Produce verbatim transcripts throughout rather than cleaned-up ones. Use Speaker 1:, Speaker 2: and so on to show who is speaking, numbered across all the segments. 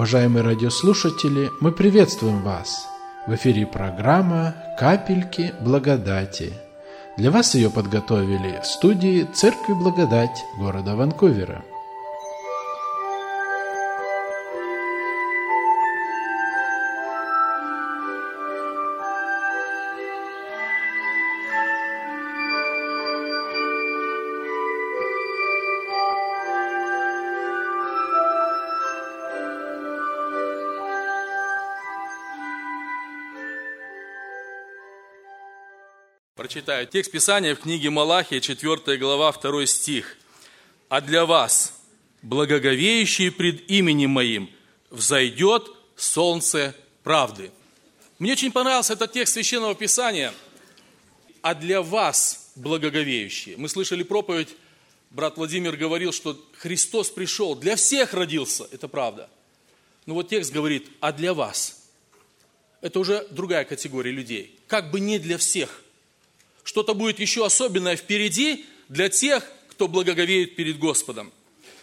Speaker 1: Уважаемые радиослушатели, мы приветствуем вас! В эфире программа «Капельки благодати». Для вас ее подготовили в студии Церкви Благодать города Ванкувера.
Speaker 2: Прочитаю текст Писания в книге Малахия, четвёртая глава, второй стих. «А для вас, благоговеющие пред именем Моим, взойдет солнце правды». Мне очень понравился этот текст Священного Писания. «А для вас, благоговеющие». Мы слышали проповедь, брат Владимир говорил, что Христос пришел, для всех родился, это правда. Но вот текст говорит, «а для вас». Это уже другая категория людей, как бы не для всех. Что-то будет еще особенное впереди для тех, кто благоговеет перед Господом.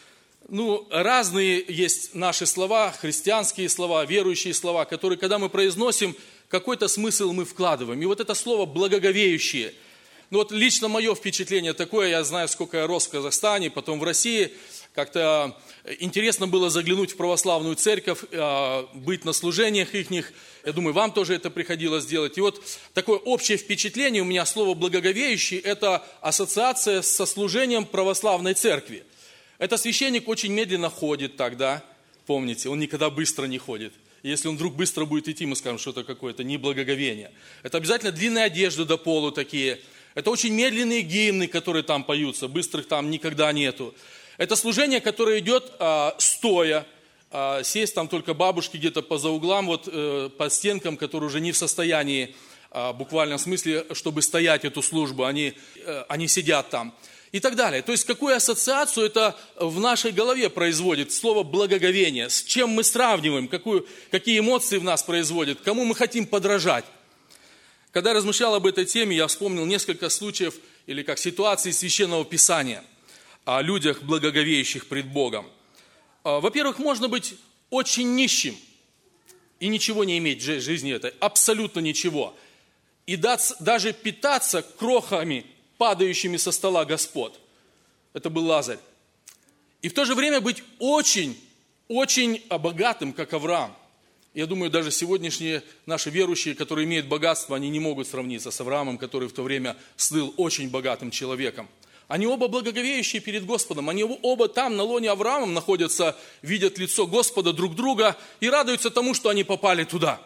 Speaker 2: Ну, разные есть наши слова, христианские слова, верующие слова, которые, когда мы произносим, какой-то смысл мы вкладываем. И вот это слово «благоговеющие». Ну, вот лично мое впечатление такое, я знаю, сколько я рос в Казахстане, потом в России. Как-то интересно было заглянуть в православную церковь, быть на служениях ихних. Я думаю, вам тоже это приходилось делать. И вот такое общее впечатление у меня, слово «благоговеющий» – это ассоциация со служением православной церкви. Это священник очень медленно ходит тогда, помните, он никогда быстро не ходит. И если он вдруг быстро будет идти, мы скажем, что это какое-то неблагоговение. Это обязательно длинные одежды до полу такие. Это очень медленные гимны, которые там поются, быстрых там никогда нету. Это служение, которое идет а, стоя, а, сесть там только бабушки где-то поза углам, вот э, по стенкам, которые уже не в состоянии, а, буквально в смысле, чтобы стоять эту службу, они, э, они сидят там и так далее. То есть какую ассоциацию это в нашей голове производит, слово благоговение, с чем мы сравниваем, какую, какие эмоции в нас производит, кому мы хотим подражать. Когда я размышлял об этой теме, я вспомнил несколько случаев или как ситуаций Священного Писания о людях, благоговеющих пред Богом. Во-первых, можно быть очень нищим и ничего не иметь в жизни этой, абсолютно ничего. И даже питаться крохами, падающими со стола господ. Это был Лазарь. И в то же время быть очень, очень богатым, как Авраам. Я думаю, даже сегодняшние наши верующие, которые имеют богатство, они не могут сравниться с Авраамом, который в то время слыл очень богатым человеком. Они оба благоговеющие перед Господом. Они оба там, на лоне Авраама, находятся, видят лицо Господа друг друга и радуются тому, что они попали туда.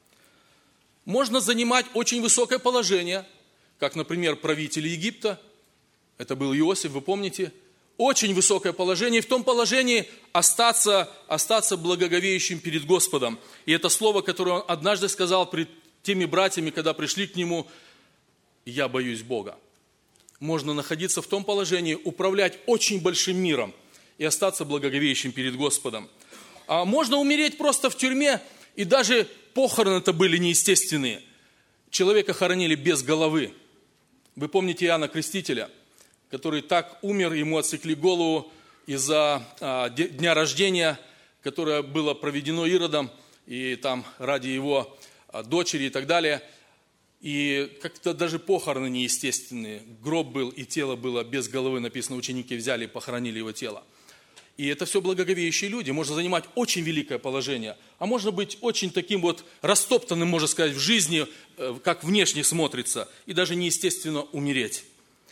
Speaker 2: Можно занимать очень высокое положение, как, например, правитель Египта. Это был Иосиф, вы помните? Очень высокое положение. И в том положении остаться, остаться благоговеющим перед Господом. И это слово, которое он однажды сказал пред теми братьями, когда пришли к нему: «Я боюсь Бога». Можно находиться в том положении, управлять очень большим миром и остаться благоговеющим перед Господом. А можно умереть просто в тюрьме, и даже похороны-то были неестественные. Человека хоронили без головы. Вы помните Иоанна Крестителя, который так умер, ему отсекли голову из-за а, дня рождения, которое было проведено Иродом, и там ради его а, дочери и так далее. И как-то даже похороны неестественные. Гроб был, и тело было без головы, написано, ученики взяли и похоронили его тело. И это все благоговеющие люди. Можно занимать очень великое положение, а можно быть очень таким вот растоптанным, можно сказать, в жизни, как внешне смотрится, и даже неестественно умереть.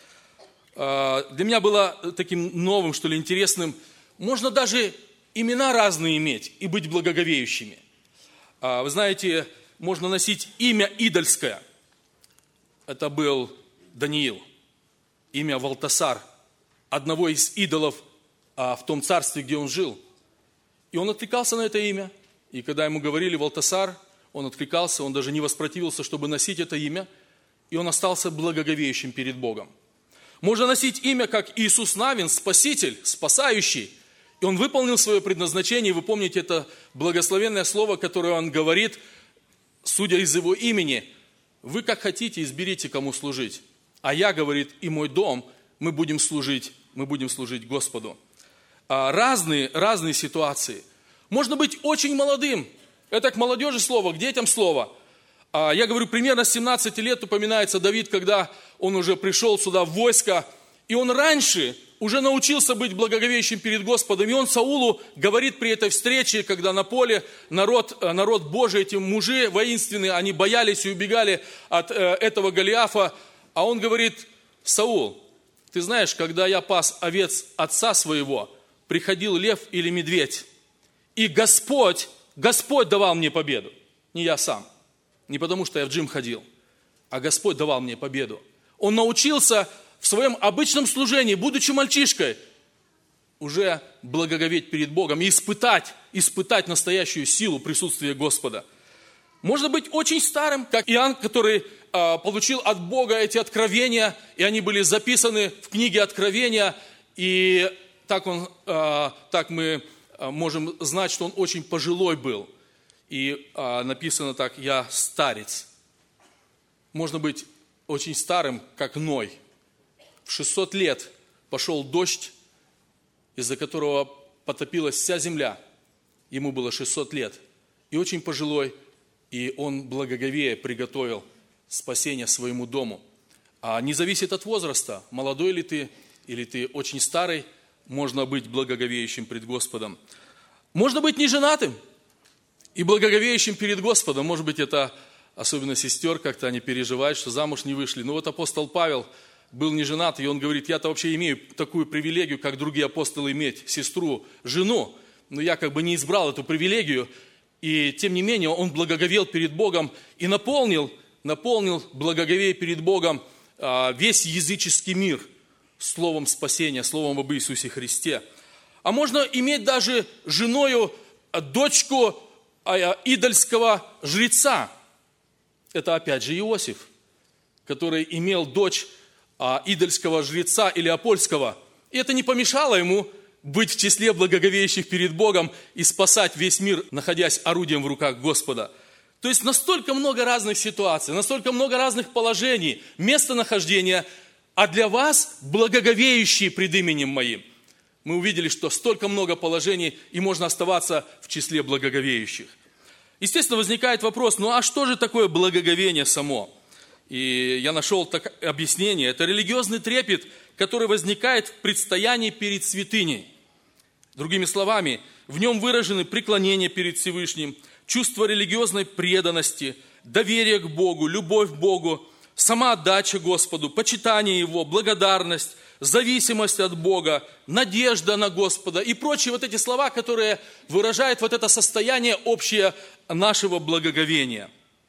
Speaker 2: Для меня было таким новым, что ли, интересным. Можно даже имена разные иметь и быть благоговеющими. Вы знаете, можно носить имя идольское. Это был Даниил, имя Валтасар, одного из идолов а, в том царстве, где он жил. И он откликался на это имя. И когда ему говорили Валтасар, он откликался, он даже не воспротивился, чтобы носить это имя. И он остался благоговеющим перед Богом. Можно носить имя, как Иисус Навин, Спаситель, Спасающий. И он выполнил свое предназначение. Вы помните это благословенное слово, которое он говорит, судя из его имени: «Вы как хотите, изберите, кому служить. А я, говорит, и мой дом, мы будем служить, мы будем служить Господу». Разные, разные ситуации. Можно быть очень молодым. Это к молодежи слово, к детям слово. Я говорю, примерно с семнадцати лет упоминается Давид, когда он уже пришел сюда в войско. И он раньше уже научился быть благоговеющим перед Господом. И он Саулу говорит при этой встрече, когда на поле народ, народ Божий, эти мужи воинственные, они боялись и убегали от этого Голиафа. А он говорит: Саул, ты знаешь, когда я пас овец отца своего, приходил лев или медведь. И Господь, Господь давал мне победу. Не я сам. Не потому, что я в джим ходил, а Господь давал мне победу. Он научился в своем обычном служении, будучи мальчишкой, уже благоговеть перед Богом и испытать, испытать настоящую силу присутствия Господа. Можно быть очень старым, как Иоанн, который э, получил от Бога эти откровения, и они были записаны в книге Откровения, и так, он, э, так мы э, можем знать, что он очень пожилой был. И э, написано так: «Я старец». Можно быть очень старым, как Ной. В шестьсот лет пошел дождь, из-за которого потопилась вся земля. Ему было шестьсот лет. И очень пожилой, и он благоговея приготовил спасение своему дому. А не зависит от возраста, молодой ли ты, или ты очень старый, можно быть благоговеющим пред Господом. Можно быть неженатым и благоговеющим перед Господом. Может быть, это особенно сестер, как-то они переживают, что замуж не вышли. Но вот апостол Павел был не женат, и он говорит: я-то вообще имею такую привилегию, как другие апостолы, иметь сестру, жену, но я как бы не избрал эту привилегию, и тем не менее он благоговел перед Богом и наполнил, наполнил благоговея перед Богом весь языческий мир словом спасения, словом об Иисусе Христе. А можно иметь даже женою дочку идольского жреца. Это опять же Иосиф, который имел дочь идольского жреца или апольского. И это не помешало ему быть в числе благоговеющих перед Богом и спасать весь мир, находясь орудием в руках Господа. То есть настолько много разных ситуаций, настолько много разных положений, местонахождения, а для вас благоговеющие пред именем Моим. Мы увидели, что столько много положений, и можно оставаться в числе благоговеющих. Естественно, возникает вопрос: ну а что же такое благоговение само? И я нашел так объяснение. Это религиозный трепет, который возникает в предстоянии перед святыней. Другими словами, в нем выражены преклонение перед Всевышним, чувство религиозной преданности, доверие к Богу, любовь к Богу, самоотдача Господу, почитание Его, благодарность, зависимость от Бога, надежда на Господа и прочие вот эти слова, которые выражают вот это состояние общее нашего благоговения.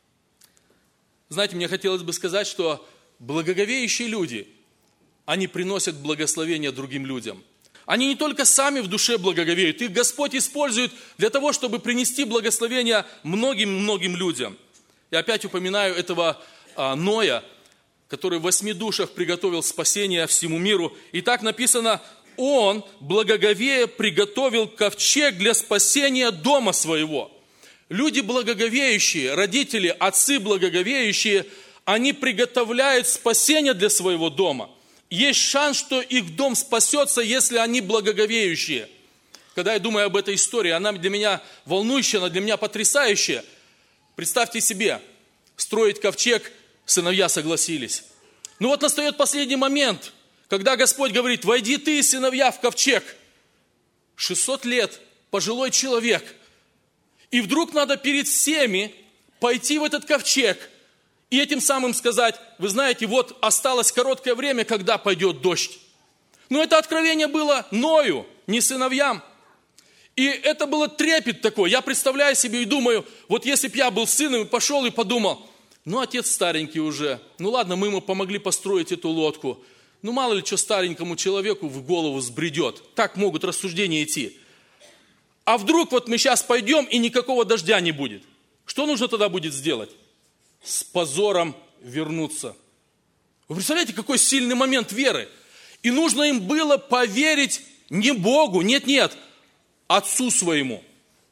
Speaker 2: Знаете, мне хотелось бы сказать, что благоговеющие люди, они приносят благословение другим людям. Они не только сами в душе благоговеют, их Господь использует для того, чтобы принести благословение многим-многим людям. Я опять упоминаю этого а, Ноя, который в восьми душах приготовил спасение всему миру. И так написано: он, благоговея, приготовил ковчег для спасения дома своего. Люди благоговеющие, родители, отцы благоговеющие, они приготовляют спасение для своего дома. Есть шанс, что их дом спасется, если они благоговеющие. Когда я думаю об этой истории, она для меня волнующая, она для меня потрясающая. Представьте себе, строить ковчег сыновья согласились. Ну вот настает последний момент, когда Господь говорит: войди ты, сыновья, в ковчег. шестьсот лет, пожилой человек. И вдруг надо перед всеми пойти в этот ковчег и этим самым сказать: вы знаете, вот осталось короткое время, когда пойдет дождь. Но это откровение было Ною, не сыновьям. И это было трепет такой. Я представляю себе и думаю: вот если бы я был сыном и пошел и подумал: ну отец старенький уже, ну ладно, мы ему помогли построить эту лодку. Ну мало ли что старенькому человеку в голову взбредет. Так могут рассуждения идти. А вдруг вот мы сейчас пойдем, и никакого дождя не будет. Что нужно тогда будет сделать? С позором вернуться. Вы представляете, какой сильный момент веры? И нужно им было поверить не Богу, нет-нет, Отцу своему.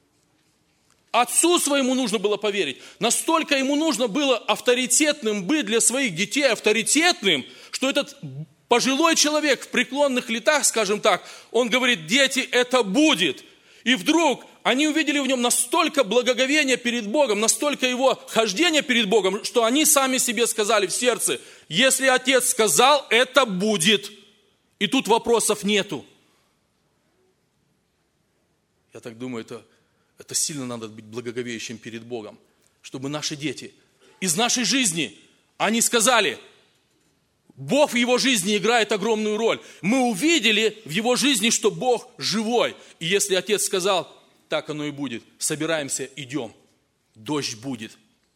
Speaker 2: Отцу своему нужно было поверить. Настолько ему нужно было авторитетным быть для своих детей, авторитетным, что этот пожилой человек в преклонных летах, скажем так, он говорит: дети, это будет. И вдруг они увидели в нем настолько благоговения перед Богом, настолько его хождения перед Богом, что они сами себе сказали в сердце: если Отец сказал, это будет. И тут вопросов нету. Я так думаю, это, это сильно надо быть благоговеющим перед Богом, чтобы наши дети из нашей жизни, они сказали: Бог в его жизни играет огромную роль. Мы увидели в его жизни, что Бог живой. И если Отец сказал, так оно и будет. Собираемся, идем. Дождь будет.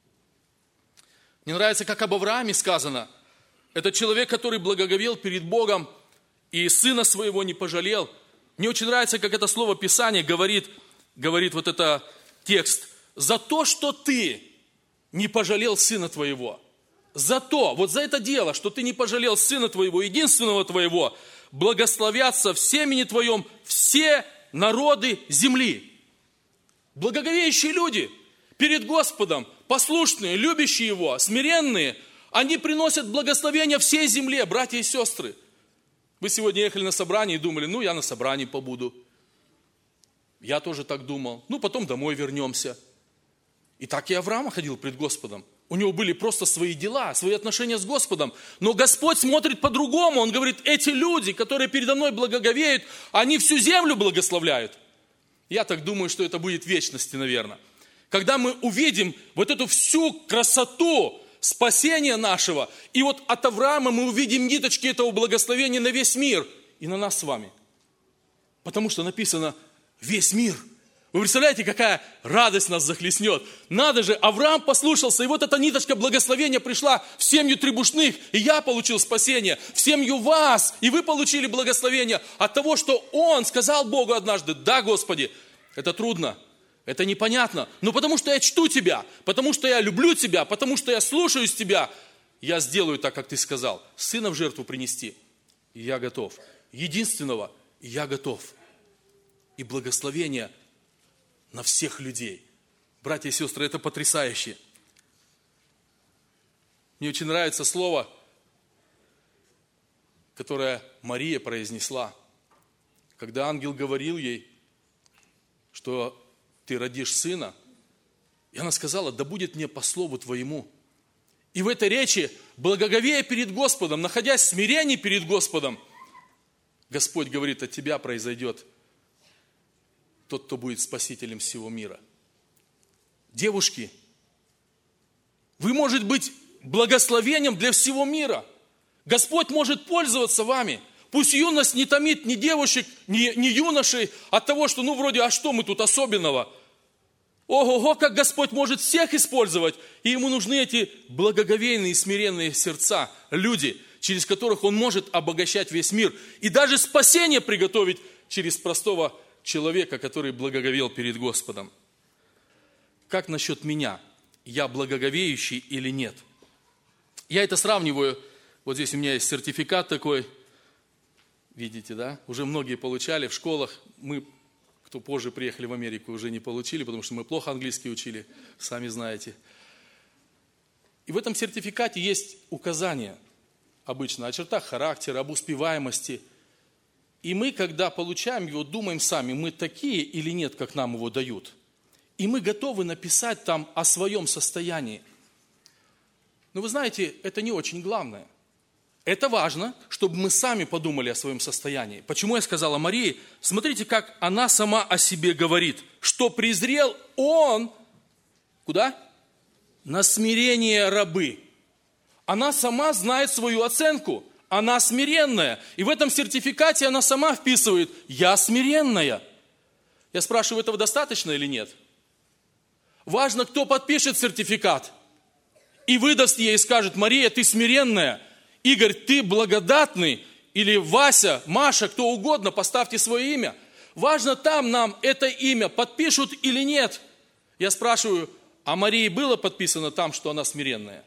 Speaker 2: Мне нравится, как об Аврааме сказано. Это человек, который благоговел перед Богом и сына своего не пожалел. Мне очень нравится, как это слово Писания говорит, говорит вот это текст. За то, что ты не пожалел сына твоего. За то, вот за это дело, что ты не пожалел сына твоего, единственного твоего, благословятся в семени твоем все народы земли. Благоговеющие люди перед Господом, послушные, любящие Его, смиренные, они приносят благословение всей земле, братья и сестры. Вы сегодня ехали на собрание и думали: ну, я на собрании побуду. Я тоже так думал. Ну, потом домой вернемся. И так и Авраам ходил пред Господом. У него были просто свои дела, свои отношения с Господом. Но Господь смотрит по-другому. Он говорит: эти люди, которые передо мной благоговеют, они всю землю благословляют. Я так думаю, что это будет в вечности, наверное. Когда мы увидим вот эту всю красоту спасения нашего, и вот от Авраама мы увидим ниточки этого благословения на весь мир и на нас с вами. Потому что написано «весь мир». Вы представляете, какая радость нас захлестнет? Надо же, Авраам послушался, и вот эта ниточка благословения пришла в семью Требушных, и я получил спасение, в семью вас, и вы получили благословение от того, что он сказал Богу однажды: да, Господи, это трудно, это непонятно, но потому что я чту Тебя, потому что я люблю Тебя, потому что я слушаюсь Тебя, я сделаю так, как Ты сказал, сына в жертву принести, и я готов, единственного, и я готов, и благословение на всех людей. Братья и сестры, это потрясающе. Мне очень нравится слово, которое Мария произнесла, когда ангел говорил ей, что ты родишь сына, и она сказала: да будет мне по слову твоему. И в этой речи, благоговея перед Господом, находясь в смирении перед Господом, Господь говорит: от тебя произойдет тот, кто будет спасителем всего мира. Девушки, вы можете быть благословением для всего мира. Господь может пользоваться вами. Пусть юность не томит ни девушек, ни, ни юношей от того, что ну вроде, а что мы тут особенного? Ого-го, как Господь может всех использовать. И Ему нужны эти благоговейные, смиренные сердца, люди, через которых Он может обогащать весь мир. И даже спасение приготовить через простого человека, который благоговел перед Господом. Как насчет меня? Я благоговеющий или нет? Я это сравниваю. Вот здесь у меня есть сертификат такой. Видите, да? Уже многие получали в школах. Мы, кто позже приехали в Америку, уже не получили, потому что мы плохо английский учили, сами знаете. И в этом сертификате есть указания обычно о чертах характера, об успеваемости. И мы, когда получаем его, думаем сами, мы такие или нет, как нам его дают. И мы готовы написать там о своем состоянии. Но вы знаете, это не очень главное. Это важно, чтобы мы сами подумали о своем состоянии. Почему я сказала Марии? Смотрите, как она сама о себе говорит, что презрел он, куда? На смирение рабы. Она сама знает свою оценку. Она смиренная. И в этом сертификате она сама вписывает: я смиренная. Я спрашиваю, этого достаточно или нет? Важно, кто подпишет сертификат и выдаст ей и скажет: Мария, ты смиренная. Игорь, ты благодатный, или Вася, Маша, кто угодно, поставьте свое имя. Важно, там нам это имя подпишут или нет. Я спрашиваю, а Марии было подписано там, что она смиренная?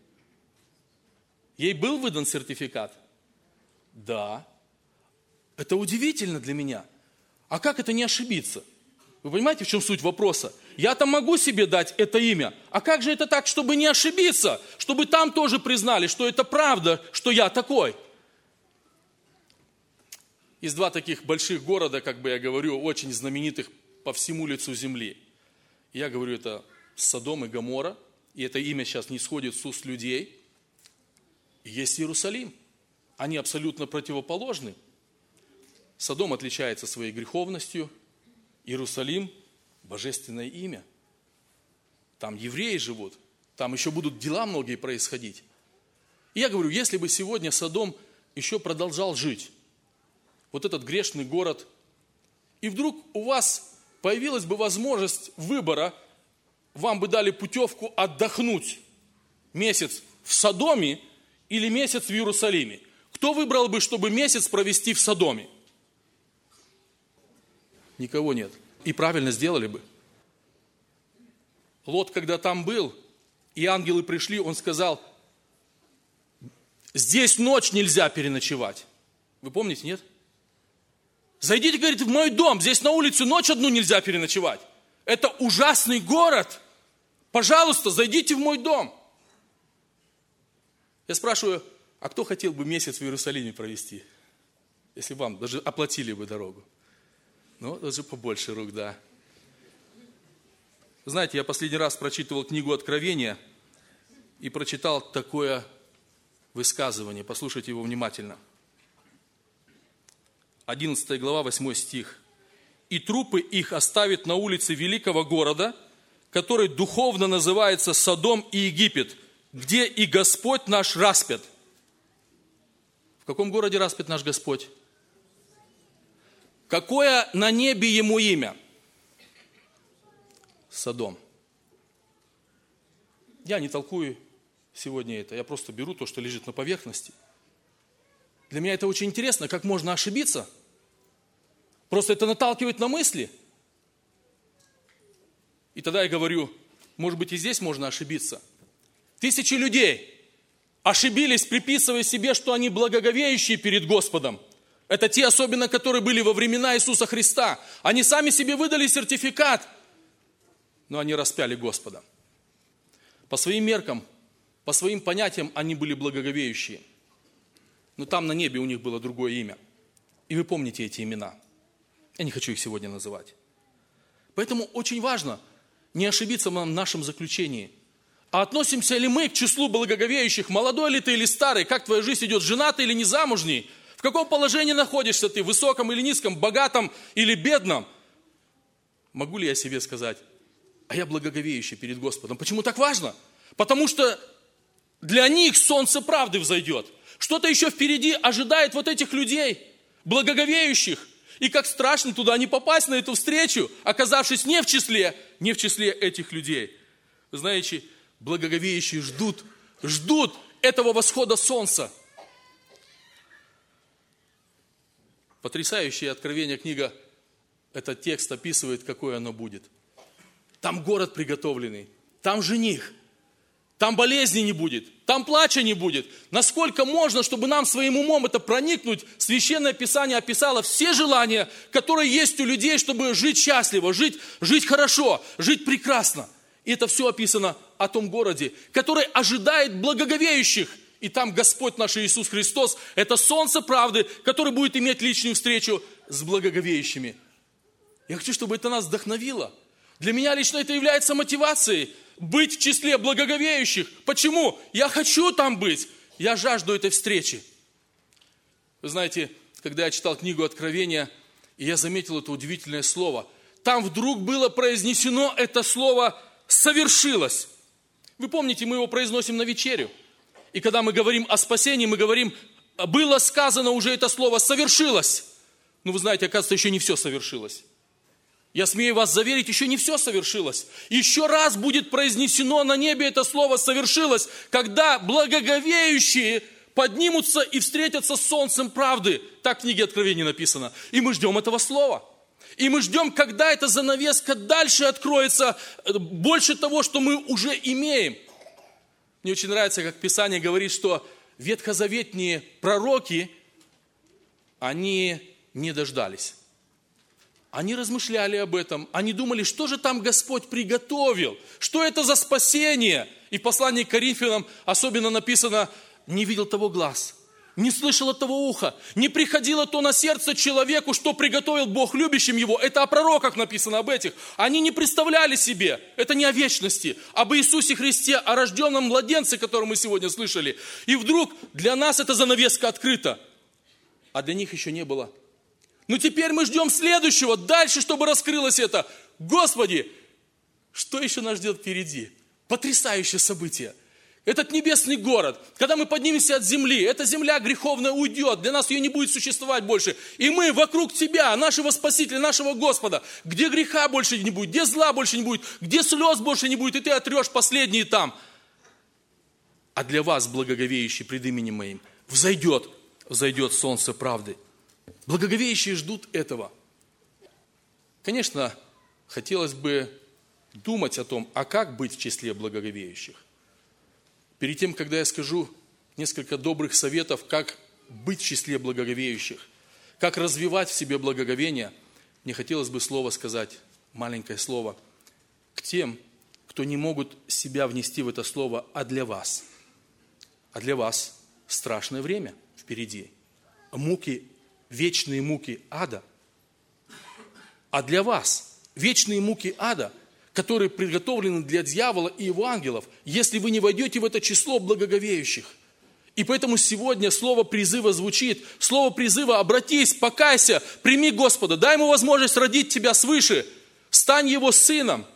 Speaker 2: Ей был выдан сертификат? Да. Это удивительно для меня. А как это не ошибиться? Вы понимаете, в чем суть вопроса? Я-то могу себе дать это имя. А как же это так, чтобы не ошибиться? Чтобы там тоже признали, что это правда, что я такой. Есть два таких больших города, как бы я говорю, очень знаменитых по всему лицу земли. Я говорю, это Содом и Гоморра, и это имя сейчас не сходит с уст людей. И есть Иерусалим. Они абсолютно противоположны. Содом отличается своей греховностью, Иерусалим – божественное имя. Там евреи живут, там еще будут дела многие происходить. И я говорю, если бы сегодня Содом еще продолжал жить, вот этот грешный город, и вдруг у вас появилась бы возможность выбора, вам бы дали путевку отдохнуть месяц в Содоме или месяц в Иерусалиме. Кто выбрал бы, чтобы месяц провести в Содоме? Никого нет. И правильно сделали бы. Лот, когда там был, и ангелы пришли, он сказал, здесь ночь нельзя переночевать. Вы помните, нет? Зайдите, говорит, в мой дом, здесь на улице ночь одну нельзя переночевать. Это ужасный город. Пожалуйста, зайдите в мой дом. Я спрашиваю, а кто хотел бы месяц в Иерусалиме провести? Если вам даже оплатили бы дорогу. Ну, даже побольше рук, да. Знаете, я последний раз прочитывал книгу Откровения и прочитал такое высказывание. Послушайте его внимательно. одиннадцатая глава, восьмой стих. «И трупы их оставит на улице великого города, который духовно называется Содом и Египет, где и Господь наш распят». В каком городе распят наш Господь? Какое на небе ему имя? Содом. Я не толкую сегодня это, я просто беру то, что лежит на поверхности. Для меня это очень интересно, как можно ошибиться. Просто это наталкивает на мысли. И тогда я говорю, может быть, и здесь можно ошибиться. Тысячи людей ошибились, приписывая себе, что они благоговеющие перед Господом. Это те, особенно, которые были во времена Иисуса Христа. Они сами себе выдали сертификат, но они распяли Господа. По своим меркам, по своим понятиям они были благоговеющие. Но там на небе у них было другое имя. И вы помните эти имена. Я не хочу их сегодня называть. Поэтому очень важно не ошибиться в нашем заключении. А относимся ли мы к числу благоговеющих, молодой ли ты или старый, как твоя жизнь идет, женатый или незамужний? В каком положении находишься ты, высоком или низком, богатом или бедном? Могу ли я себе сказать, а я благоговеющий перед Господом? Почему так важно? Потому что для них солнце правды взойдет. Что-то еще впереди ожидает вот этих людей, благоговеющих. И как страшно туда не попасть, на эту встречу, оказавшись не в числе, не в числе этих людей. Вы знаете, благоговеющие ждут, ждут этого восхода солнца. Потрясающее откровение книга, этот текст описывает, какое оно будет. Там город приготовленный, там жених, там болезни не будет, там плача не будет. Насколько можно, чтобы нам своим умом это проникнуть, Священное Писание описало все желания, которые есть у людей, чтобы жить счастливо, жить, жить хорошо, жить прекрасно. И это все описано о том городе, который ожидает благоговеющих. И там Господь наш Иисус Христос, это солнце правды, который будет иметь личную встречу с благоговеющими. Я хочу, чтобы это нас вдохновило. Для меня лично это является мотивацией быть в числе благоговеющих. Почему? Я хочу там быть. Я жажду этой встречи. Вы знаете, когда я читал книгу Откровения, и я заметил это удивительное слово, там вдруг было произнесено это слово «совершилось». Вы помните, мы его произносим на вечерю. И когда мы говорим о спасении, мы говорим, было сказано уже это слово «совершилось». Но вы знаете, оказывается, еще не все совершилось. Я смею вас заверить, еще не все совершилось. Еще раз будет произнесено на небе это слово «совершилось», когда благоговеющие поднимутся и встретятся с солнцем правды. Так в книге Откровения написано. И мы ждем этого слова. И мы ждем, когда эта занавеска дальше откроется, больше того, что мы уже имеем. Мне очень нравится, как Писание говорит, что ветхозаветные пророки, они не дождались. Они размышляли об этом, они думали, что же там Господь приготовил, что это за спасение. И в послании к Коринфянам особенно написано, не видел того глаз, не слышало того уха, не приходило то на сердце человеку, что приготовил Бог любящим его. Это о пророках написано, об этих. Они не представляли себе, это не о вечности, об Иисусе Христе, о рожденном младенце, который мы сегодня слышали. И вдруг для нас эта занавеска открыта, а для них еще не было. Но теперь мы ждем следующего, дальше, чтобы раскрылось это. Господи, что еще нас ждет впереди? Потрясающее событие. Этот небесный город, когда мы поднимемся от земли, эта земля греховная уйдет, для нас ее не будет существовать больше. И мы вокруг Тебя, нашего Спасителя, нашего Господа, где греха больше не будет, где зла больше не будет, где слез больше не будет, и Ты отрешь последние там. А для вас, благоговеющие пред именем Моим, взойдет, взойдет солнце правды. Благоговеющие ждут этого. Конечно, хотелось бы думать о том, а как быть в числе благоговеющих. Перед тем, когда я скажу несколько добрых советов, как быть в числе благоговеющих, как развивать в себе благоговение, мне хотелось бы слово сказать, маленькое слово, к тем, кто не могут себя внести в это слово, а для вас. А для вас страшное время впереди. Муки, вечные муки ада. А для вас вечные муки ада, которые приготовлены для дьявола и его ангелов, если вы не войдете в это число благоговеющих. И поэтому сегодня слово призыва звучит. Слово призыва: обратись, покайся, прими Господа, дай Ему возможность родить тебя свыше, стань Его сыном.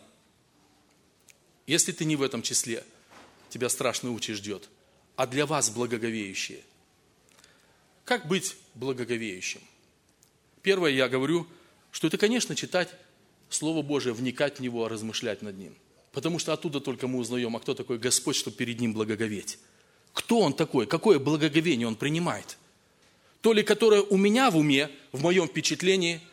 Speaker 2: Если ты не в этом числе, тебя страшный участь ждет. А для вас благоговеющие. Как быть благоговеющим? Первое, я говорю, что это, конечно, читать Слово Божие, вникать в него, размышлять над ним. Потому что оттуда только мы узнаем, а кто такой Господь, чтобы перед Ним благоговеть. Кто Он такой? Какое благоговение Он принимает? То ли, которое у меня в уме, в моем впечатлении,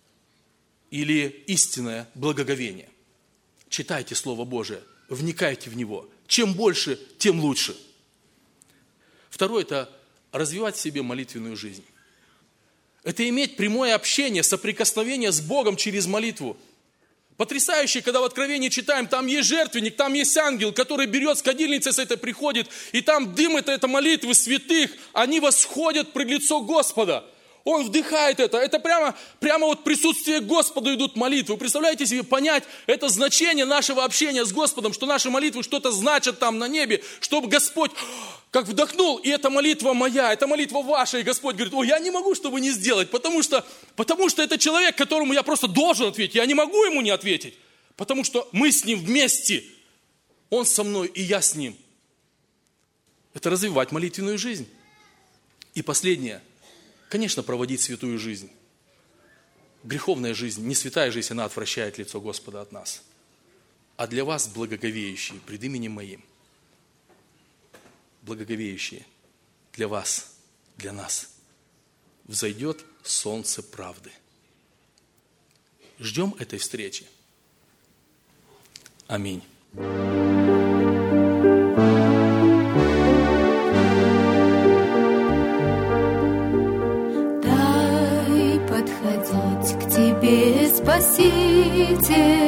Speaker 2: или истинное благоговение. Читайте Слово Божие, вникайте в него. Чем больше, тем лучше. Второе – это развивать в себе молитвенную жизнь. Это иметь прямое общение, соприкосновение с Богом через молитву. Потрясающе, когда в Откровении читаем, там есть жертвенник, там есть ангел, который берет с кадильницы, с этой приходит, и там дым, это, это молитвы святых, они восходят пред лицо Господа. Он вдыхает это, это прямо, прямо вот присутствие Господа идут молитвы. Вы представляете себе понять это значение нашего общения с Господом, что наши молитвы что-то значат там на небе, чтобы Господь как вдохнул, и это молитва моя, это молитва ваша, и Господь говорит: ой, я не могу, чтобы не сделать, потому что, потому что это человек, которому я просто должен ответить, я не могу ему не ответить, потому что мы с ним вместе, он со мной, и я с ним. Это развивать молитвенную жизнь. И последнее, конечно, проводить святую жизнь. Греховная жизнь, не святая жизнь, она отвращает лицо Господа от нас. А для вас, благоговеющие пред именем Моим, благоговеющие, для вас, для нас, взойдет солнце правды. Ждем этой встречи. Аминь.
Speaker 3: Дай подходить к Тебе, Спаситель,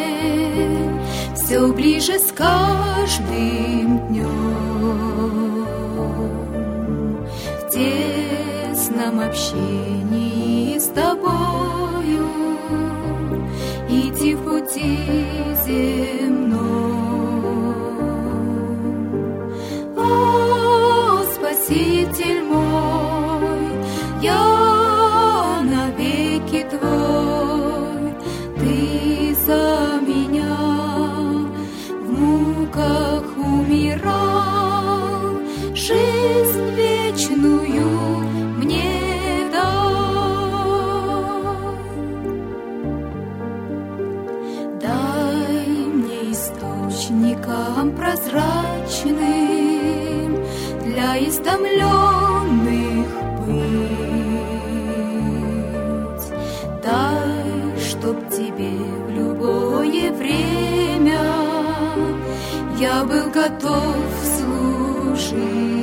Speaker 3: все ближе с каждым днем. В тесном общении с Тобою иди в пути земном. О, Спаситель мой, я навеки Твой, Ты за меня в муках умирал, жизнь вечную мне дай. Дай мне источником прозрачным для истомленных быть. Дай, чтоб Тебе в любое время я был готов служить.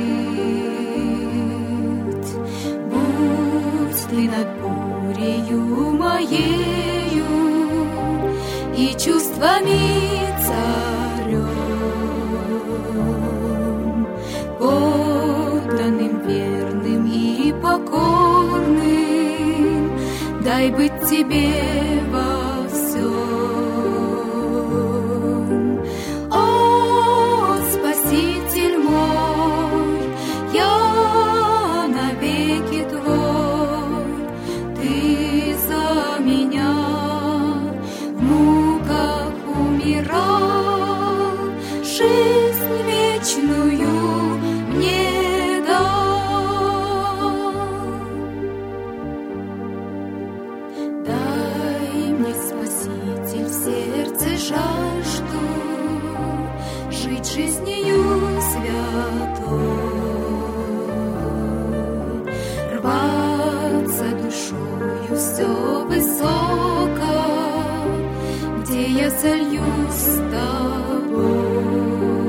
Speaker 3: Будь Ты над бурею моею и чувствами царем, подданным верным и покорным, дай быть тебе во всем. О, Спаситель мой, я навеки твой, ты за меня в муках умирал, жизнь вечную мне дал. Дай мне, Спаситель, в сердце жажду жить жизнью святой, рваться душою все высоко, где я сольюсь с тобой.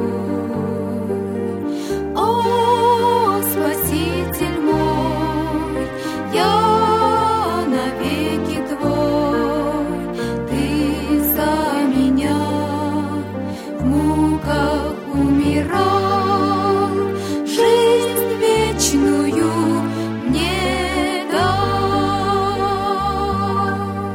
Speaker 3: О, Спаситель мой, я навеки твой, ты за меня в муках умирал, жизнь вечную мне дал.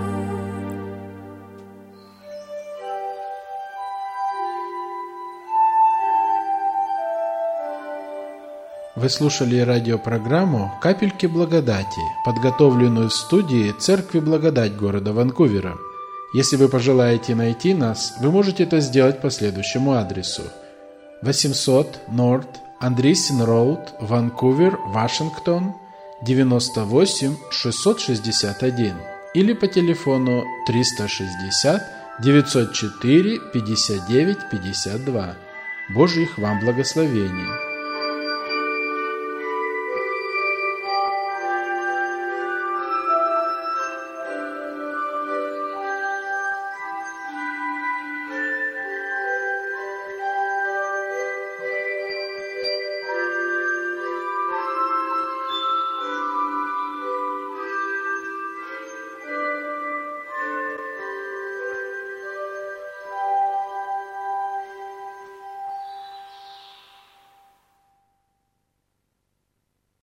Speaker 1: Вы слушали радиопрограмму «Капельки благодати», подготовленную в студии Церкви Благодать города Ванкувера. Если вы пожелаете найти нас, вы можете это сделать по следующему адресу: восемьсот North Andreessen Road, Ванкувер, Вашингтон, девяносто восемь шестьсот шестьдесят один, или по телефону триста шестьдесят девятьсот четыре пятьдесят девять пятьдесят два. Божьих вам благословений!